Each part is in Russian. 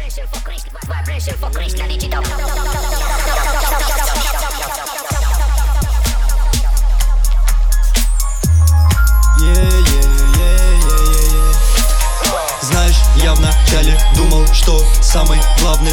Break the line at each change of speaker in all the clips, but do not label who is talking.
Знаешь, я вначале думал, что самый главный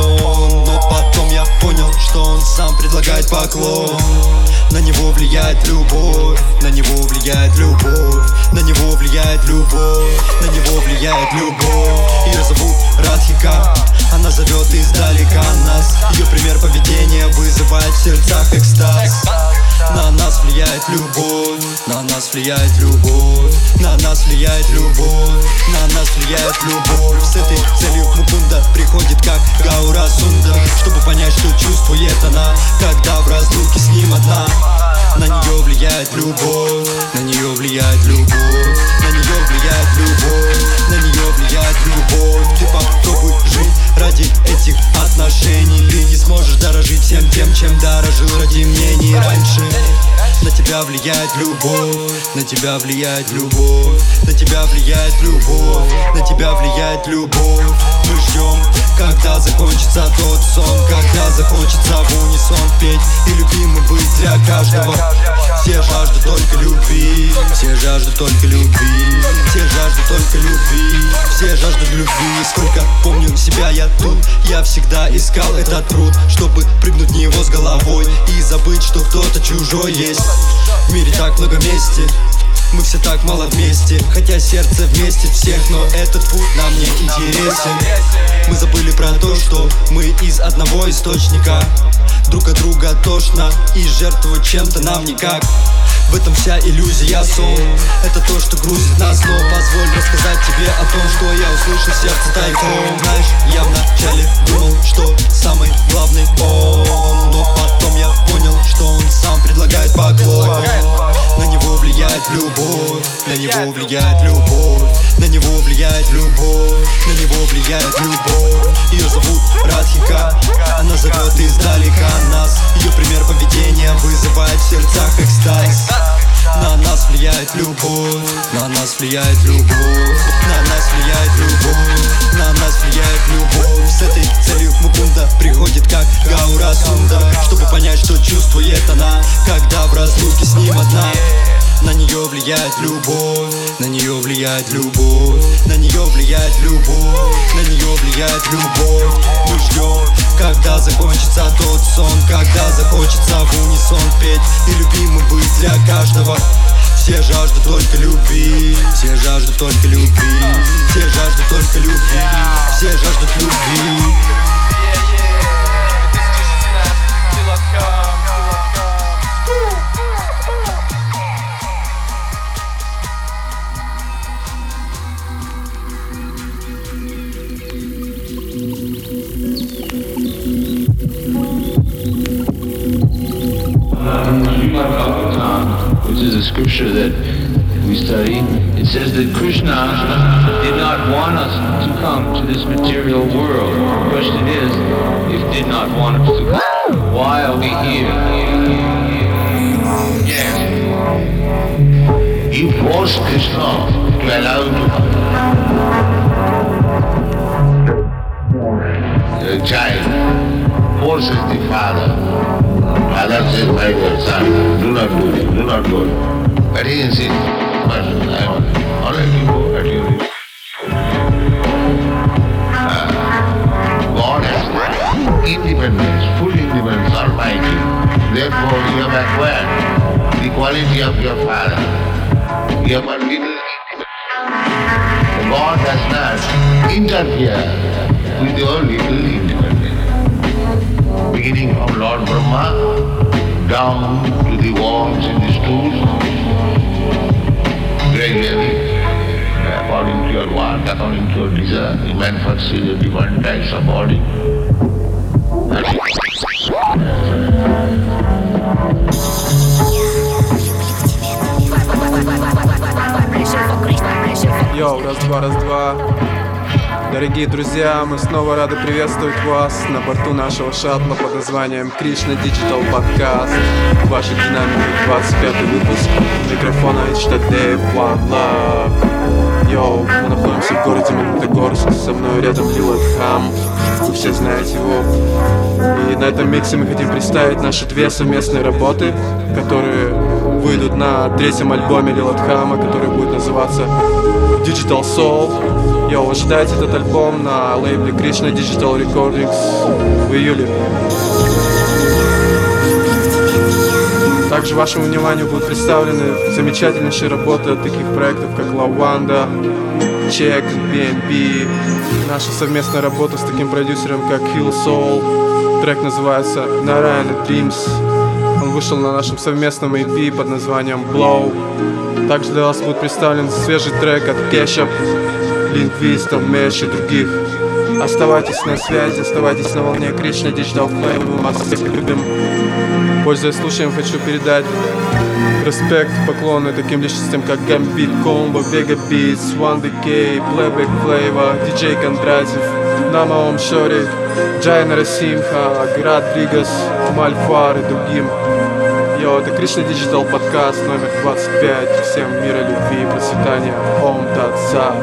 он, но потом я понял, что он сам предлагает поклон. На него влияет любовь, на него влияет любовь, на него влияет любовь, на него влияет любовь. Ее зовут Радхика, она зовет издалека нас. Ее пример поведения вызывает в сердцах экстаз. На нас влияет любовь, на нас влияет любовь, на нас влияет любовь, на нас влияет любовь. С этой целью Мукунда приходит как Гаура Сундар, чтобы понять, что чувствует она, когда в разлуке с ним одна. На нее влияет любовь, на нее влияет любовь, на нее влияет любовь, на нее влияет любовь. Ты попробуй жить ради этих отношений, ты не сможешь дорожить всем тем, чем дорожил ради мнений раньше. На тебя влияет любовь, на тебя влияет любовь, на тебя влияет любовь, на тебя влияет любовь. Мы ждем, когда закончится тот сон, когда захочется в унисон петь и любимым быть для каждого. Все жаждут только любви, все жаждут только любви, все жаждут только любви, все жаждут любви. Сколько помню себя я тут, я всегда искал этот труд, чтобы прыгнуть в него с головой и забыть, что кто-то чужой есть. В мире так много мести, мы все так мало вместе, хотя сердце вместе всех, но этот путь нам не интересен. Мы забыли про то, что мы из одного источника, друг от друга тошно, и жертвовать чем-то нам никак. В этом вся иллюзия, сон. Это то, что грузит нас, но позволь рассказать тебе о том, что я услышал в сердце тайком. Знаешь, я вначале думал, что самый главный он, но потом я понял, что он сам предлагает поклон. На него влияет любовь, на него влияет любовь, на него влияет любовь, на него влияет любовь. Ее зовут Радхика, она зовет издалека нас. Ее пример поведения вызывает в сердцах экстаз. На нас влияет любовь, на нас влияет любовь, на нас влияет любовь, на нас влияет любовь. С этой целью Мукунда приходит как Гаура Сундар, чтобы понять, что чувствует она, когда в разлуке с ним одна. На нее влияет любовь, на нее влияет любовь, на нее влияет любовь, на нее влияет любовь. Мы ждем, когда закончится тот сон, когда захочется в унисон петь и любимым быть для каждого. Все жаждут только любви, все жаждут только любви, все жаждут только любви, все жаждут любви.
Which is a scripture that we study. It says that Krishna did not want us to come to this material world. The question is, if did not want us to come, why are we here?
Yes. He forced Krishna to allow him to come. The child forces the father. Father says, my dear son, do not do it, do not go. But he insists, but I already go, but you will. God has independence, full independence, almighty. Therefore you have acquired the quality of your father. You have a little independence. God does not interfere with your little independence. Beginning from Lord Brahma down to the worms in the stools, gradually, according to your want, according to your desire, you manufacture your different types of body.
Йоу, раз-два. Дорогие друзья, мы снова рады приветствовать вас на борту нашего шаттла под названием Krishna Digital Podcast. Ваши динамики, 25-й выпуск. Микрофона HD One Love. Йоу, мы находимся в городе Магнитогорск, со мной рядом Лил Хам, вы все знаете его. И на этом миксе мы хотим представить наши две совместные работы, которые выйдут на третьем альбоме Лил Хама, который будет называться Digital Soul. Йоу, ожидайте этот альбом на лейбле Krishna Digital Recordings в июле. Также вашему вниманию будут представлены замечательнейшие работы от таких проектов, как Lawanda, Check, BNB. Наша совместная работа с таким продюсером, как Kill Soul. Трек называется Narayana Dreams. Он вышел на нашем совместном EP под названием Blow. Также для вас будет представлен свежий трек от Kesha, Linguist, Mesh и других. Оставайтесь на связи, оставайтесь на волне Krishna Digital Flame. Мы вас всех любим. Пользуясь случаем, хочу передать респект, поклоны таким личностям, как Gambit, Combo, Vega Beats, One Decay, Playback Flavor, DJ Кондратьев, Nama Om Shori, Jai Narasimha, Град Ригас, Мальфар и другим. Йо, это Krishna Digital подкаст номер 25. Всем мира, любви и процветания. Ом Тат Сат.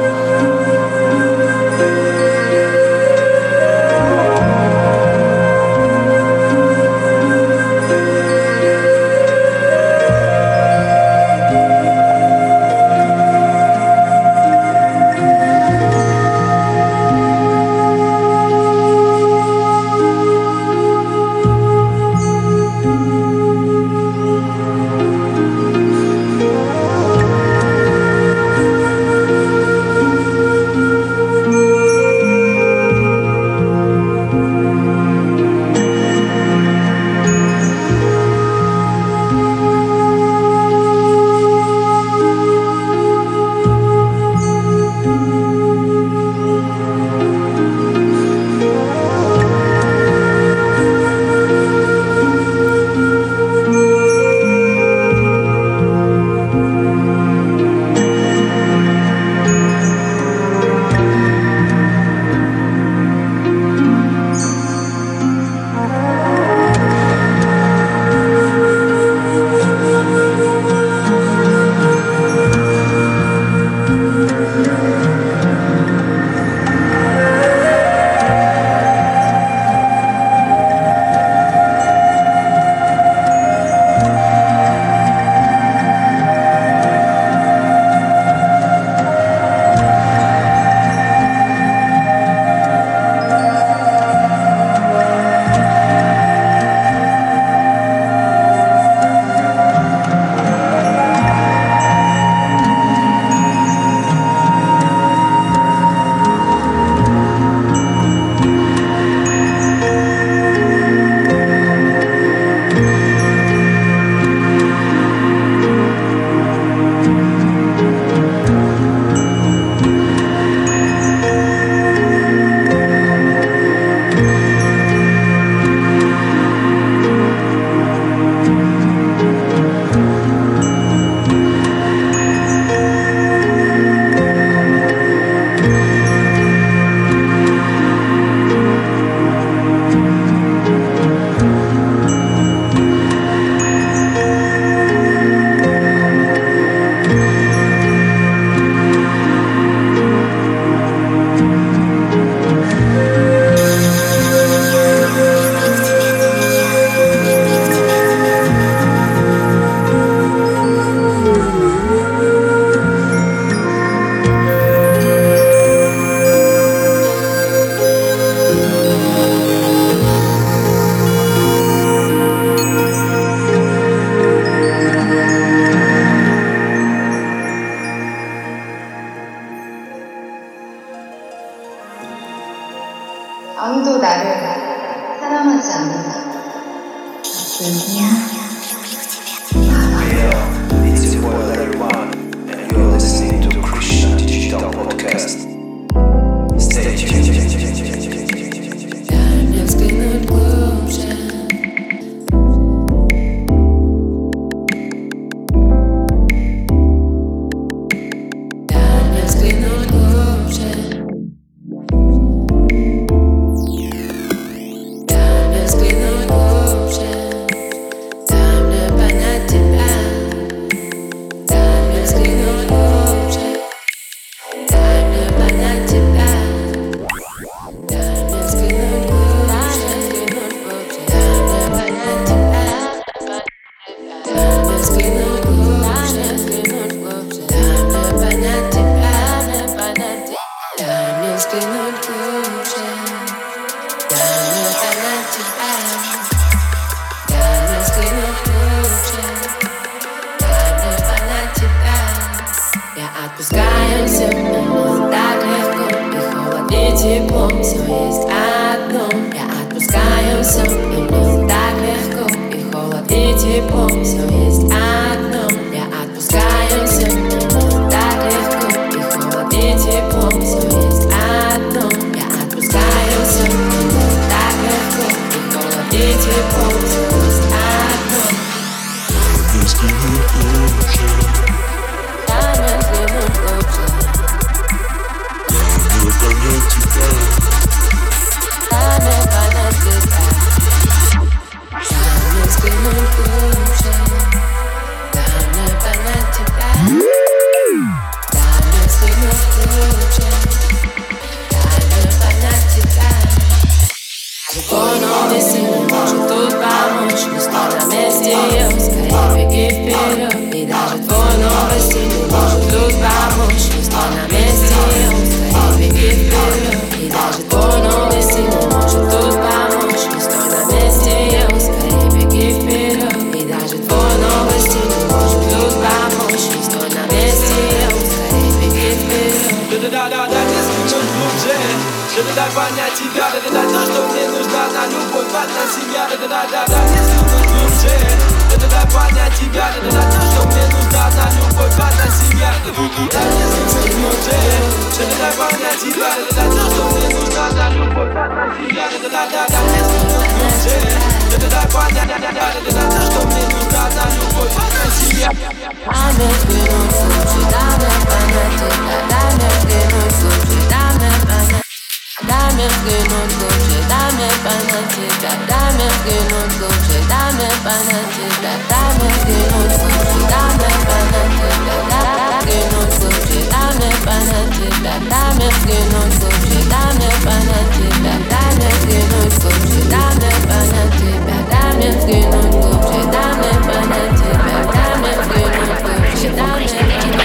아무도 나를 사랑하지 않는다.
It's your boy Larry One, and you're listening to Krishna Digital Podcast. Stay tuned.
взглянуть глубже. Дай мне понять тебя. Дай мне взглянуть глубже. Дай мне понять тебя. Я отпускаю все, но так легко. И холод, и тепло, все есть одно. Я отпускаю все, но так легко. И холод, и тепло, все есть одно. Я отпускаю все, но так легко. И холод, и тепло, все есть одно. Я отпускаю все, но так легко. И холод, и тепло, все есть одно. Дай мне взглянуть глубже. Дай мне взглянуть глубже. Дай мне понять тебя. Дай мне понять тебя. Дай мне взглянуть глубже. Дай мне понять тебя. Дай мне взглянуть глубже. Дай мне понять тебя. Твой новый стиль может тут помочь. Не стой на месте, скорее беги вперед. И даже твой новый стиль может тут помочь. Не стой на месте, скорее беги вперед. И даже твой новый стиль может тут помочь. Не стой на месте, скорее беги вперед. И даже твой новый стиль может тут помочь. Не стой на месте, скорее беги вперед.
Да-да-да-да, не взглянуть глубже. Да-да-дай понять тебя. Да-да-дай то, что мне нужно на любовь от себя. Да-да-да-да, не взглянуть глубже. Да-да-дай понять тебя. Да-да-дай то, что мне нужно на любовь от себя. Да-да-дай не взглянуть глубже. Да-да-дай понять тебя. Да-да-дай то, что мне нужно на любовь от себя. Да-да-да-да, не взглянуть глубже. Да-да-дай понять тебя. Да-да-дай то, что мне нужно на любовь от себя.
Дай мне взглянуть глубже. Дай мне понять тебя. Дай мне взглянуть глубже. Дай мне понять. Дай мне взглянуть глубже, дай мне понять тебя. Дай мне взглянуть глубже, дай мне понять тебя. Дай мне взглянуть глубже, дай мне понять тебя. Дай мне взглянуть глубже, дай мне понять тебя. Дай мне взглянуть глубже, дай мне понять тебя. Дай мне взглянуть глубже, дай мне понять тебя. Дай мне взглянуть глубже, дай мне понять тебя. Дай мне взглянуть глубже, дай мне понять тебя.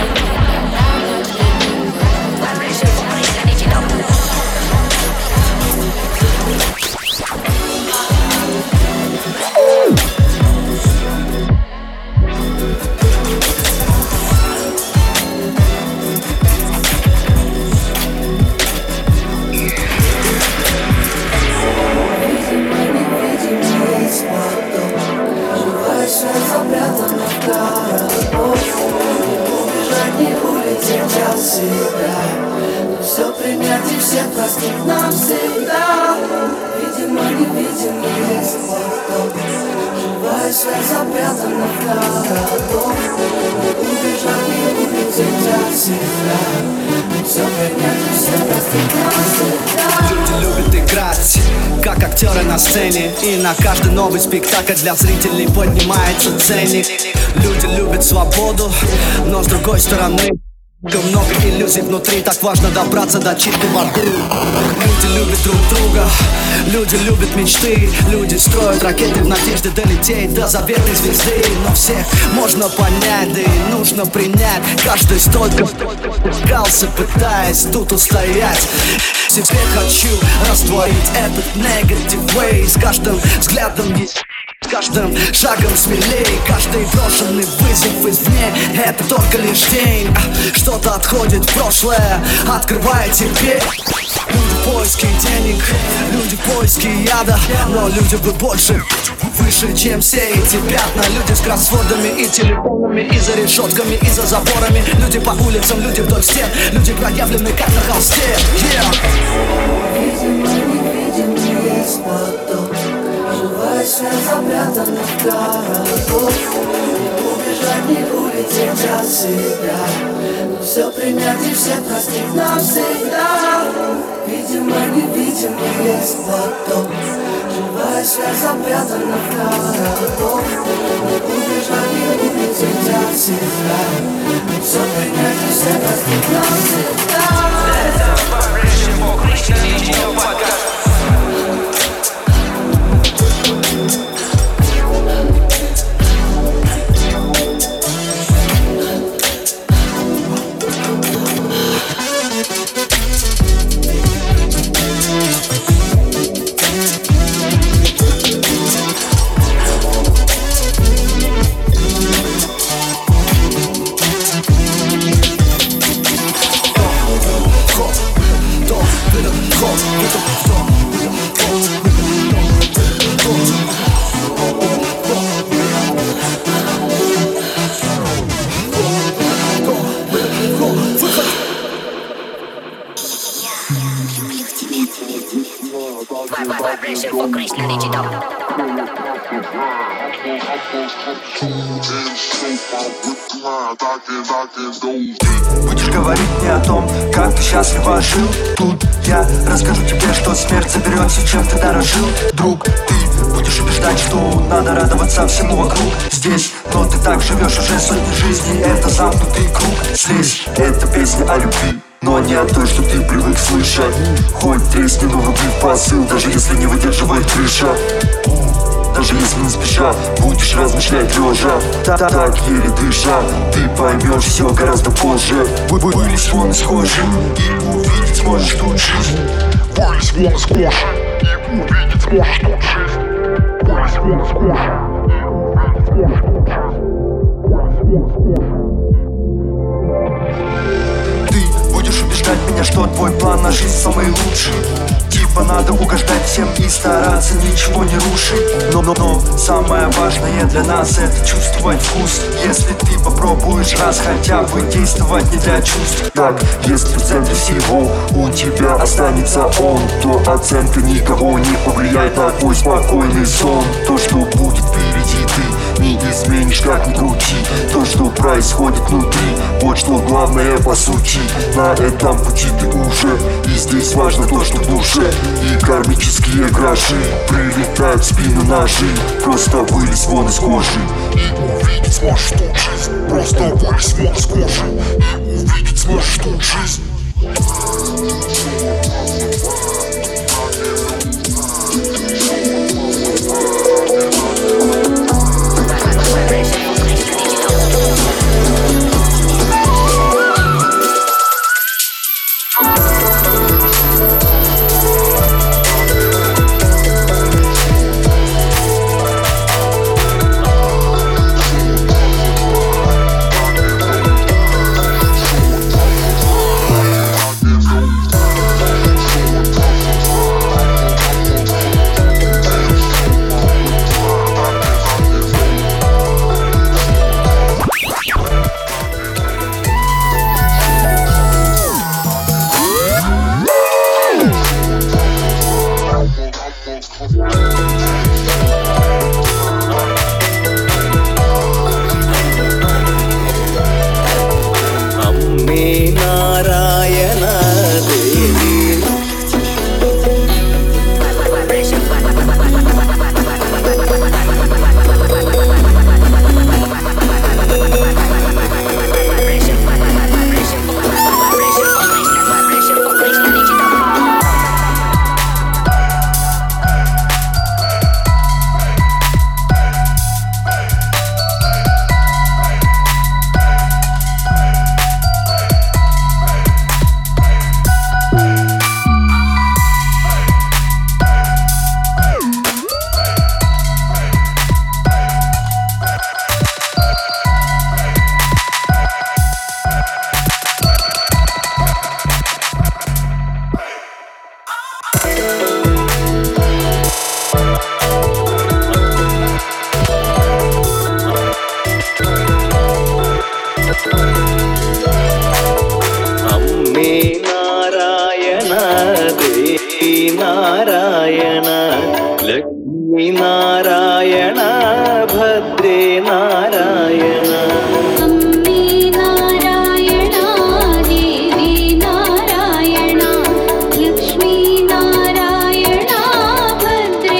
Все принять и все простить нам всегда. Видимо, невидимо есть поток. Живая связь запрятана в городок. Убежать и улететь от себя. Все принять и все простить нам всегда.
Люди любят играть, как актеры на сцене. И на каждый новый спектакль для зрителей поднимается ценник. Люди любят свободу, но с другой стороны много иллюзий внутри, так важно добраться до чистой воды. Люди любят друг друга, люди любят мечты. Люди строят ракеты в надежде долететь до заветной звезды. Но всех можно понять, да и нужно принять. Каждый столько гался, пытаясь тут устоять. Себе хочу растворить этот negative way. С каждым взглядом есть, с каждым шагом смелее. Каждый брошенный вызов извне — это только лишь тень. Что-то отходит в прошлое, открывая теперь. Люди в поиске денег, люди в поиске яда. Но люди бы больше, выше, чем все эти пятна. Люди с кроссвордами и телефонами, и за решетками, и за заборами. Люди по улицам, люди вдоль стен. Люди проявлены как на холсте.
Видимо, невидимо есть поток. Живая связь запрятана в городок. Убежать, не улететь от себя. Но все принять и все простить нам всегда. Видимо, невидимо есть поток. Живая связь запрятана в городок. Убежать, не улететь от себя. Но все принять и все простить нам всегда.
Vibration for Krishna Digital.
Будешь говорить мне о том, как ты счастливо жил. Тут я расскажу тебе, что смерть заберет все, чем ты дорожил. Друг, ты будешь убеждать, что надо радоваться всему вокруг. Здесь, но ты так живешь уже сотни жизней. Это замкнутый круг. Здесь, это песня о любви, но не о той, что ты привык слышать. Хоть тресни, но врубив посыл, даже если не выдерживает крыша. Даже если не спеша будешь размышлять лежа, так еле дыша, ты поймешь все гораздо позже. Вылезь вон из кожи и увидеть сможешь тут жизнь. Вылезь вон из кожи и увидеть сможешь тут жизнь. Вылезь вон из кожи и увидеть сможешь тут жизнь. Вылезь вон из кожи. Ты будешь убеждать меня, что твой план на жизнь самый лучший. Типа надо угождать всем и стараться ничего не рушить. Но самое важное для нас это чувствовать вкус. Если ты попробуешь раз хотя бы действовать не для чувств. Так, если в центре всего у тебя останется он, то оценка никого не повлияет на твой спокойный сон. То, что будет впереди, ты не изменишь, как ни крути. То, что происходит внутри, вот что главное по сути. На этом пути ты уже, и здесь важно то, что в душе. И кармические гроши прилетают в спину ножи. Просто вылезь вон из кожи и увидеть сможешь тут жизнь. Просто вылезь вон из кожи и увидеть сможешь тут жизнь.
नारायण लक्ष्मी नारायण भद्रे नारायण
अम्बे नारायण देवी नारायण लक्ष्मी नारायण भद्रे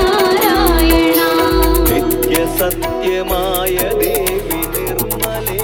नारायण
नित्य सत्यमाय देवी निर्मले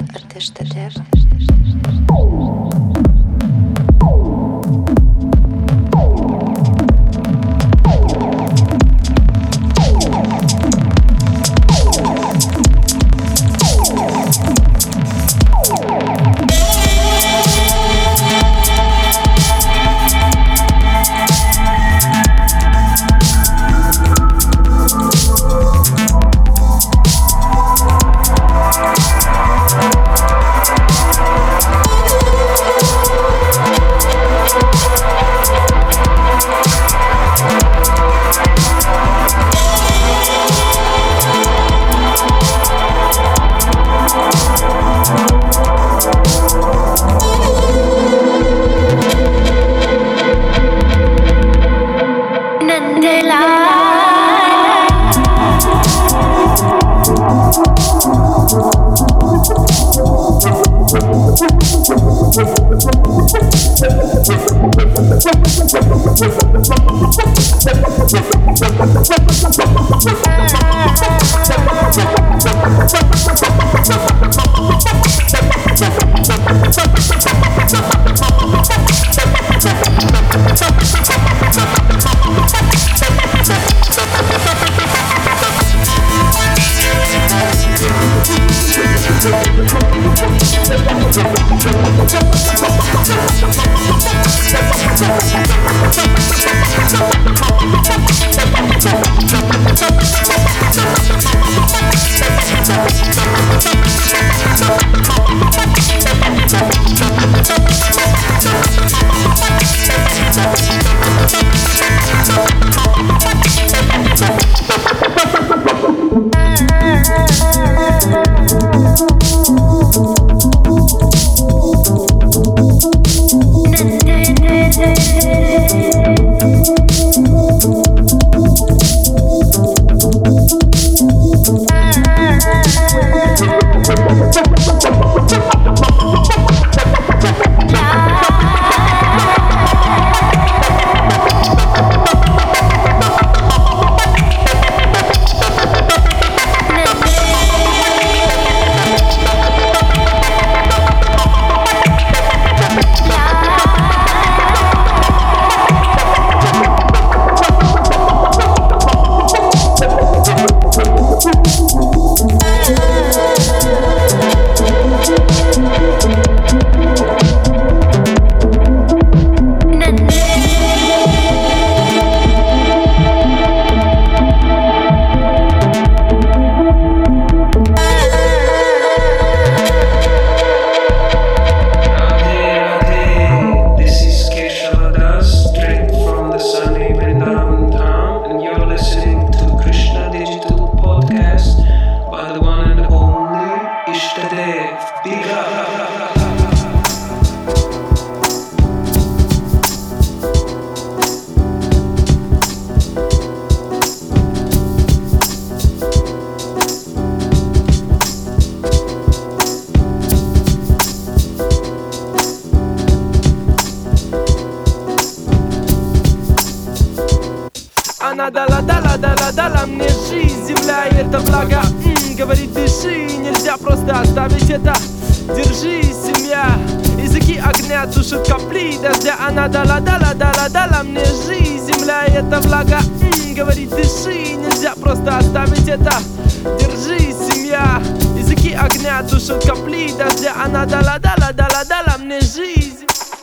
Она дала мне жизнь, земля и это благо. Говорит, дыши, нельзя просто оставить это. Держись, семья, языки огня тушат капли дождя. Она дала мне жизнь, земля и это благо. Говорит, дыши, нельзя просто оставить это. Держись, семья, языки огня тушат капли дождя. Она дала мне жизнь.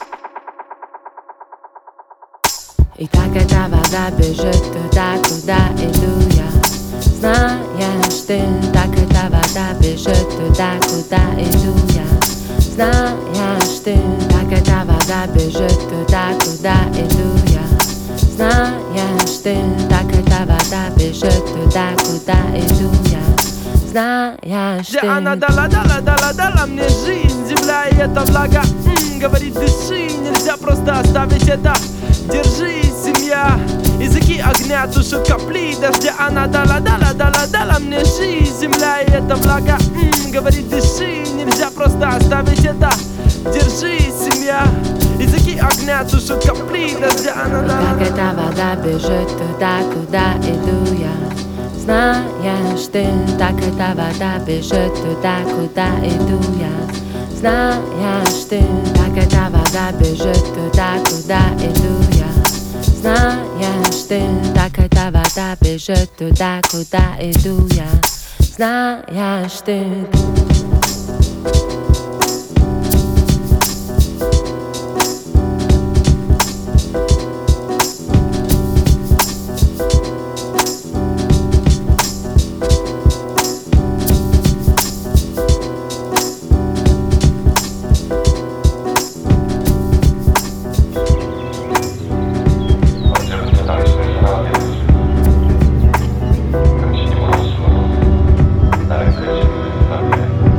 И так эта вода бежит туда, куда иду я. Знаешь ты, так эта вода бежит туда, куда иду я. Знаешь ты, так эта вода бежит туда, куда иду я. Знаешь ты, так эта вода бежит туда, куда иду я. Знаешь ты.
Она дала мне жизнь, земля и это благо. Говорит, дыши, нельзя просто оставить это. Держись, семья, языки огня тушат капли дождя. Она дала мне жизнь, земля и это благо. Говорит, дыши, нельзя просто оставить это. Держись, семья, языки огня тушат капли дождя. Она дала.
Как эта вода бежит туда, куда иду я. Знаешь ты, так эта вода бежит туда, куда иду я. Знаешь ты, как эта вода бежит туда, куда иду я. Знаешь ты, как эта вода бежит туда, куда иду я. Знаешь ты.
Наверное,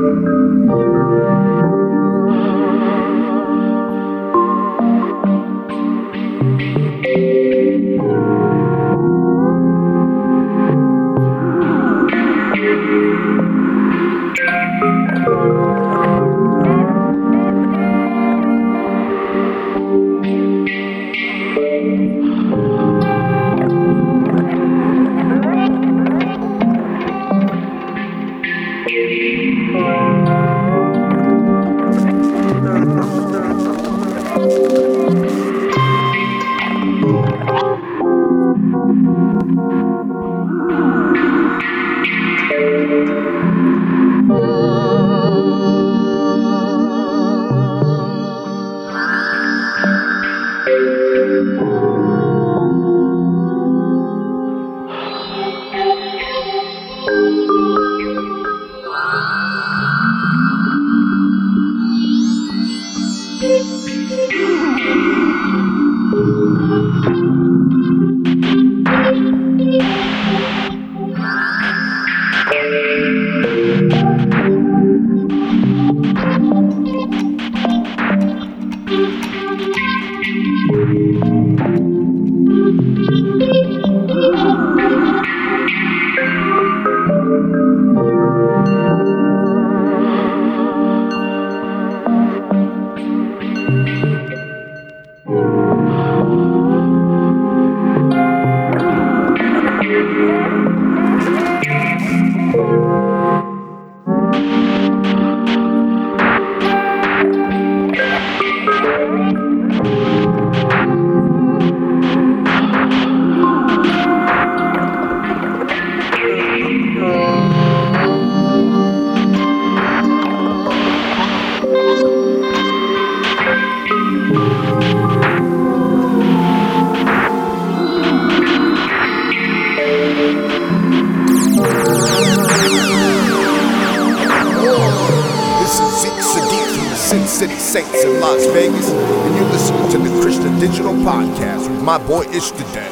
City Saints in Las Vegas, and you're listening to the Krishna Digital Podcast with my boy Ishtadad.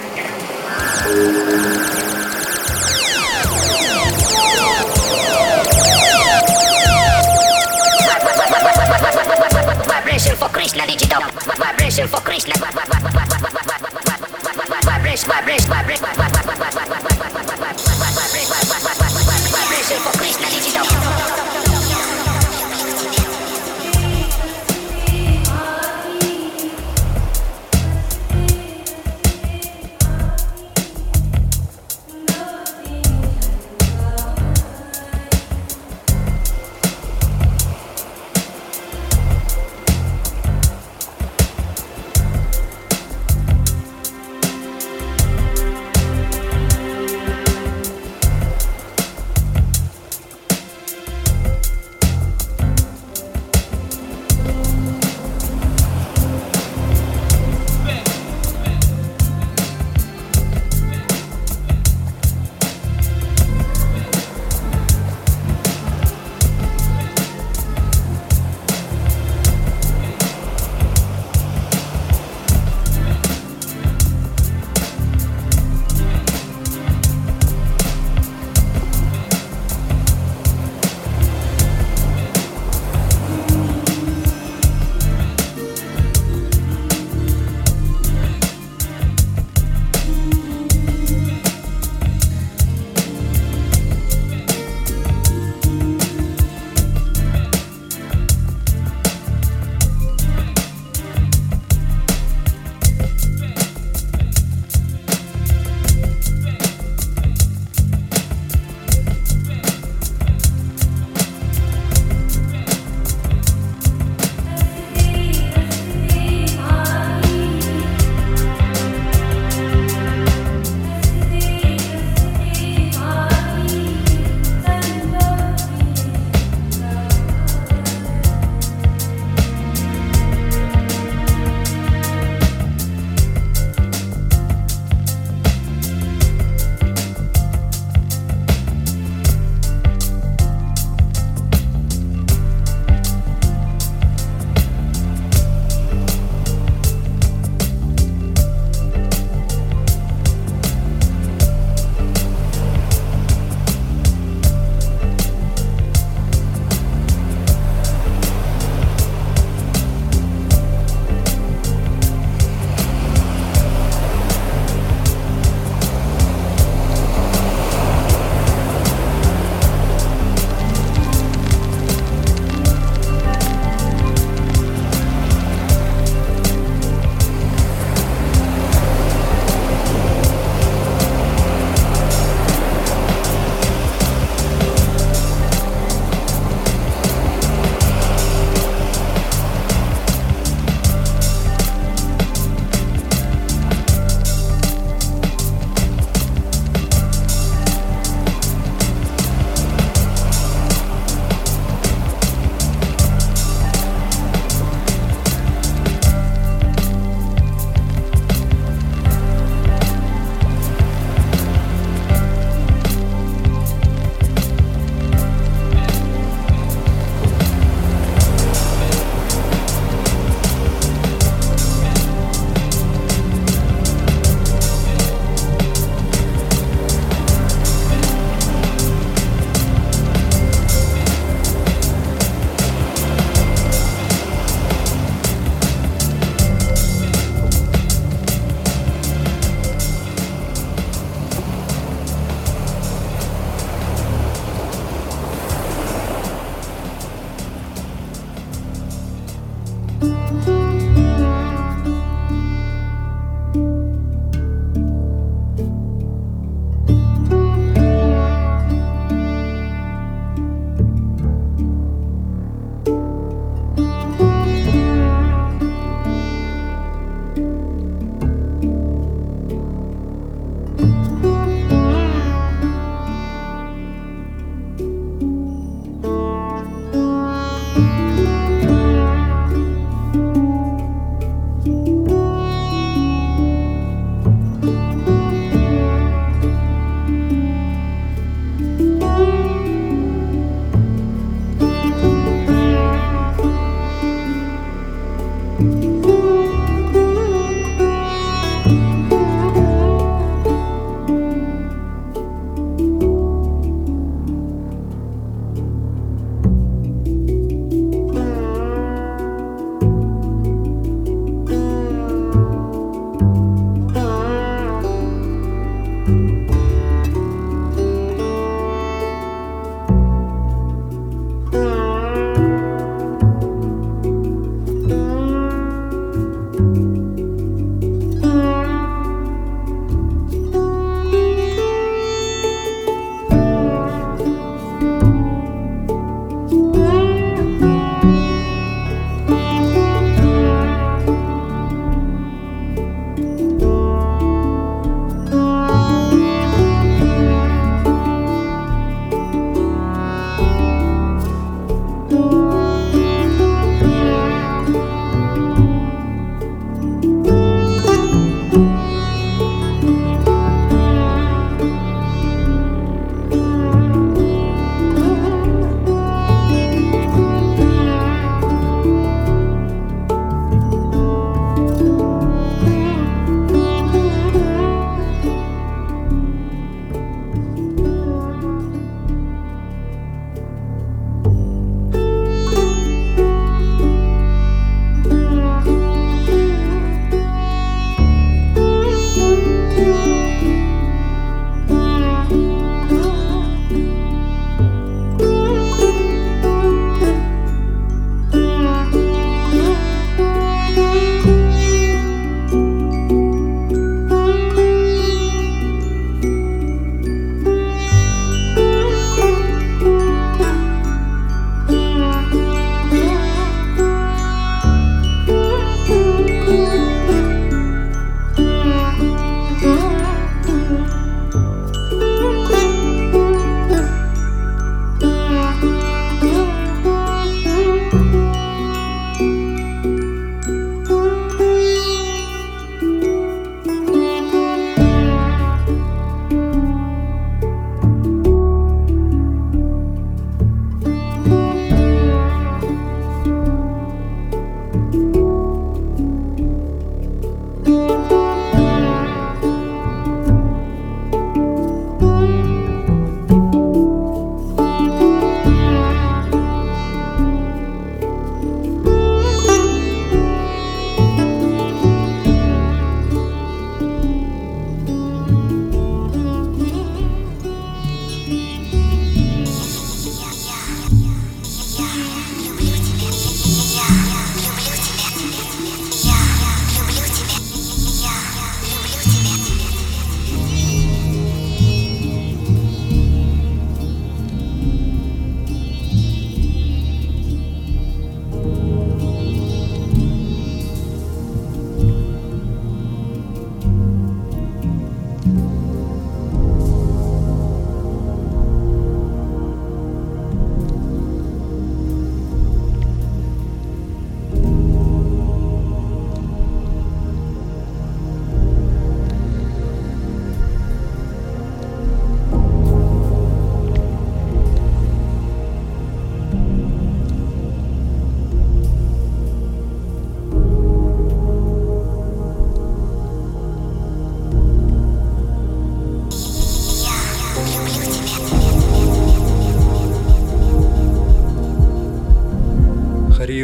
Vibration for Krishna Digital. Vibration for Krishna. Vibration for Krishna Digital.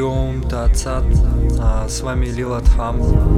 Хариом Тацат, с вами Лил Адхам.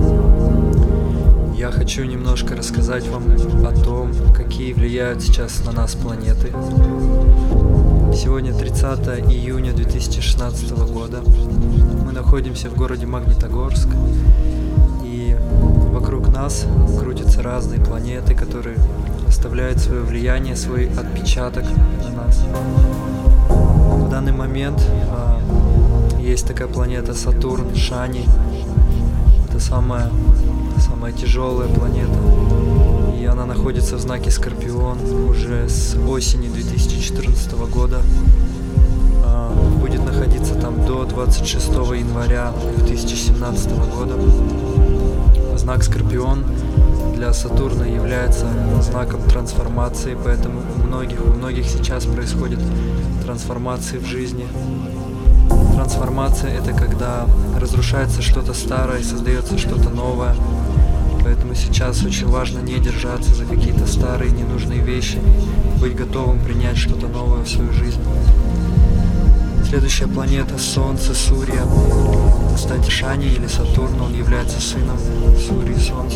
Я хочу немножко рассказать вам о том, какие влияют сейчас на нас планеты. Сегодня 30 июня 2016 года. Мы находимся в городе Магнитогорск, и вокруг нас крутятся разные планеты, которые оставляют свое влияние, свой отпечаток на нас. В данный момент есть такая планета Сатурн, Шани. Это самая тяжелая планета, и она находится в знаке Скорпион уже с осени 2014 года. Будет находиться там до 26 января 2017 года. Знак Скорпион для Сатурна является знаком трансформации, поэтому у многих сейчас происходит трансформации в жизни. Трансформация — это когда разрушается что-то старое и создается что-то новое. Поэтому сейчас очень важно не держаться за какие-то старые ненужные вещи, быть готовым принять что-то новое в свою жизнь. Следующая планета — Солнце, Сурья. Кстати, Шани или Сатурн, он является сыном Сурьи, Солнца.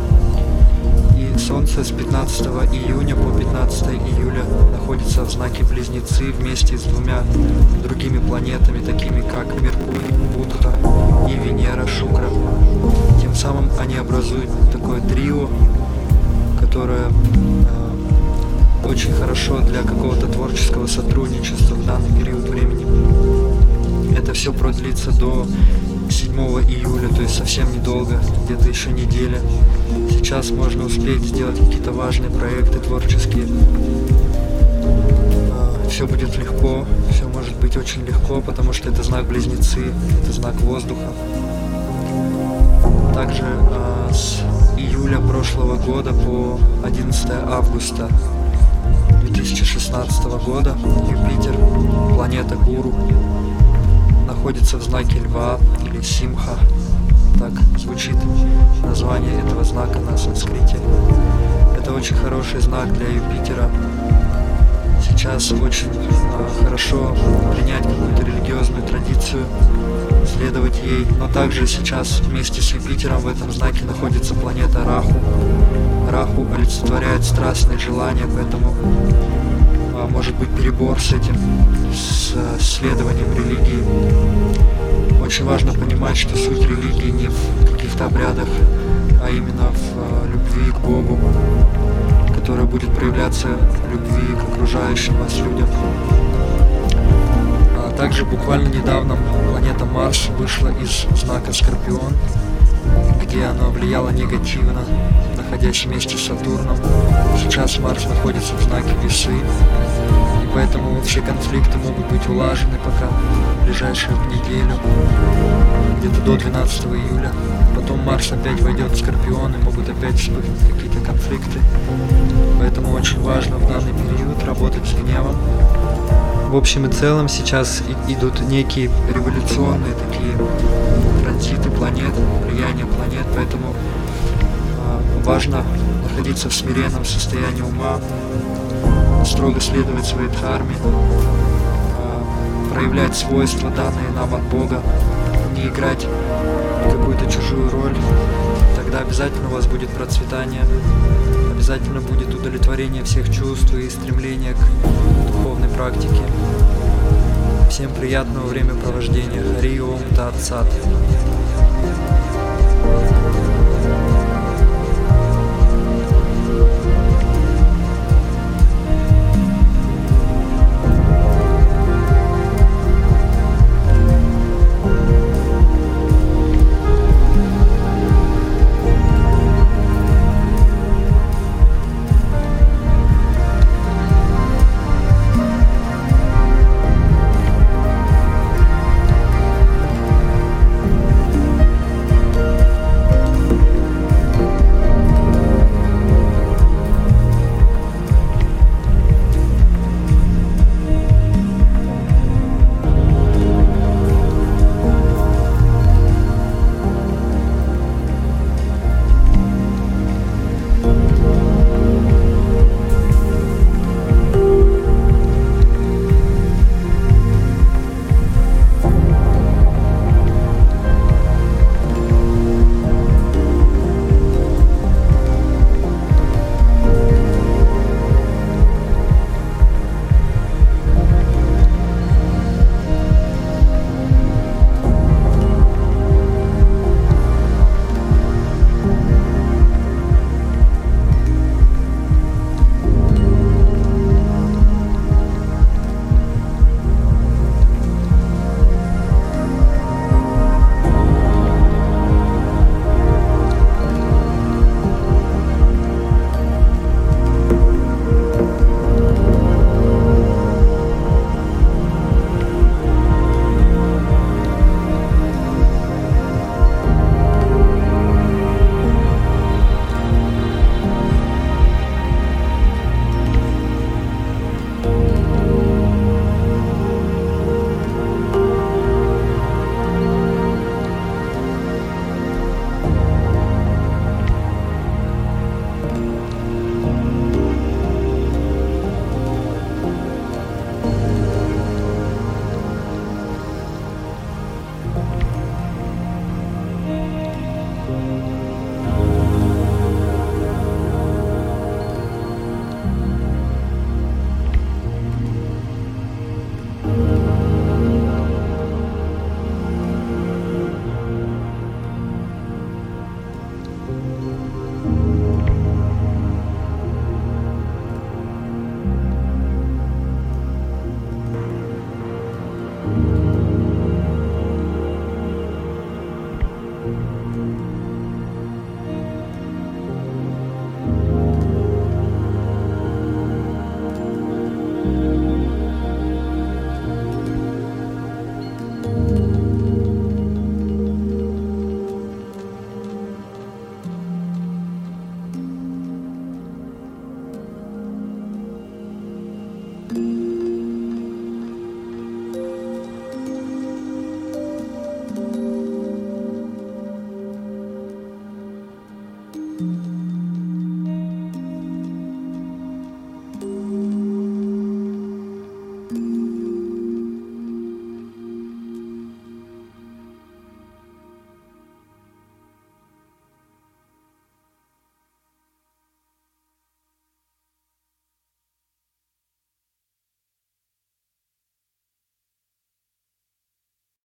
И Солнце с 15 июня по 15 июля находится в знаке Близнецы вместе с двумя другими планетами, такими как Меркурий, Будда и Венера, Шукра. Тем самым они образуют такое трио, которое очень хорошо для какого-то творческого сотрудничества в данный период времени. Это все продлится до 7 июля, то есть совсем недолго, где-то еще неделя. Сейчас можно успеть сделать какие-то важные проекты творческие. Все будет легко, все может быть очень легко, потому что это знак Близнецы, это знак воздуха. Также с июля прошлого года по 11 августа 2016 года Юпитер, планета Гуру, находится в знаке Льва или Симха. Так звучит название этого знака на санскрите. Это очень хороший знак для Юпитера. Сейчас очень хорошо принять какую-то религиозную традицию, следовать ей, но также сейчас вместе с Юпитером в этом знаке находится планета Раху. Раху олицетворяет страстные желания, поэтому может быть перебор с этим, с следованием религии. Очень важно понимать, что суть религии не в каких-то обрядах, а именно в любви к Богу, которая будет проявляться в любви к окружающим вас людям. Также буквально недавно планета Марс вышла из знака Скорпион, где она влияла негативно, находясь вместе с Сатурном. Сейчас Марс находится в знаке Весы, и поэтому все конфликты могут быть улажены пока в ближайшую неделю, где-то до 12 июля. Потом Марс опять войдет в Скорпион, и могут опять вспыхнуть какие-то конфликты. Поэтому очень важно в данный период работать с гневом. В общем и целом сейчас идут некие революционные такие транзиты планет, влияние планет, поэтому важно находиться в смиренном состоянии ума, строго следовать своей дхарме, проявлять свойства, данные нам от Бога, не играть какую-то чужую роль. Тогда обязательно у вас будет процветание, обязательно будет удовлетворение всех чувств и стремление к духовной практике. Всем приятного времяпровождения. Хариом Тацат.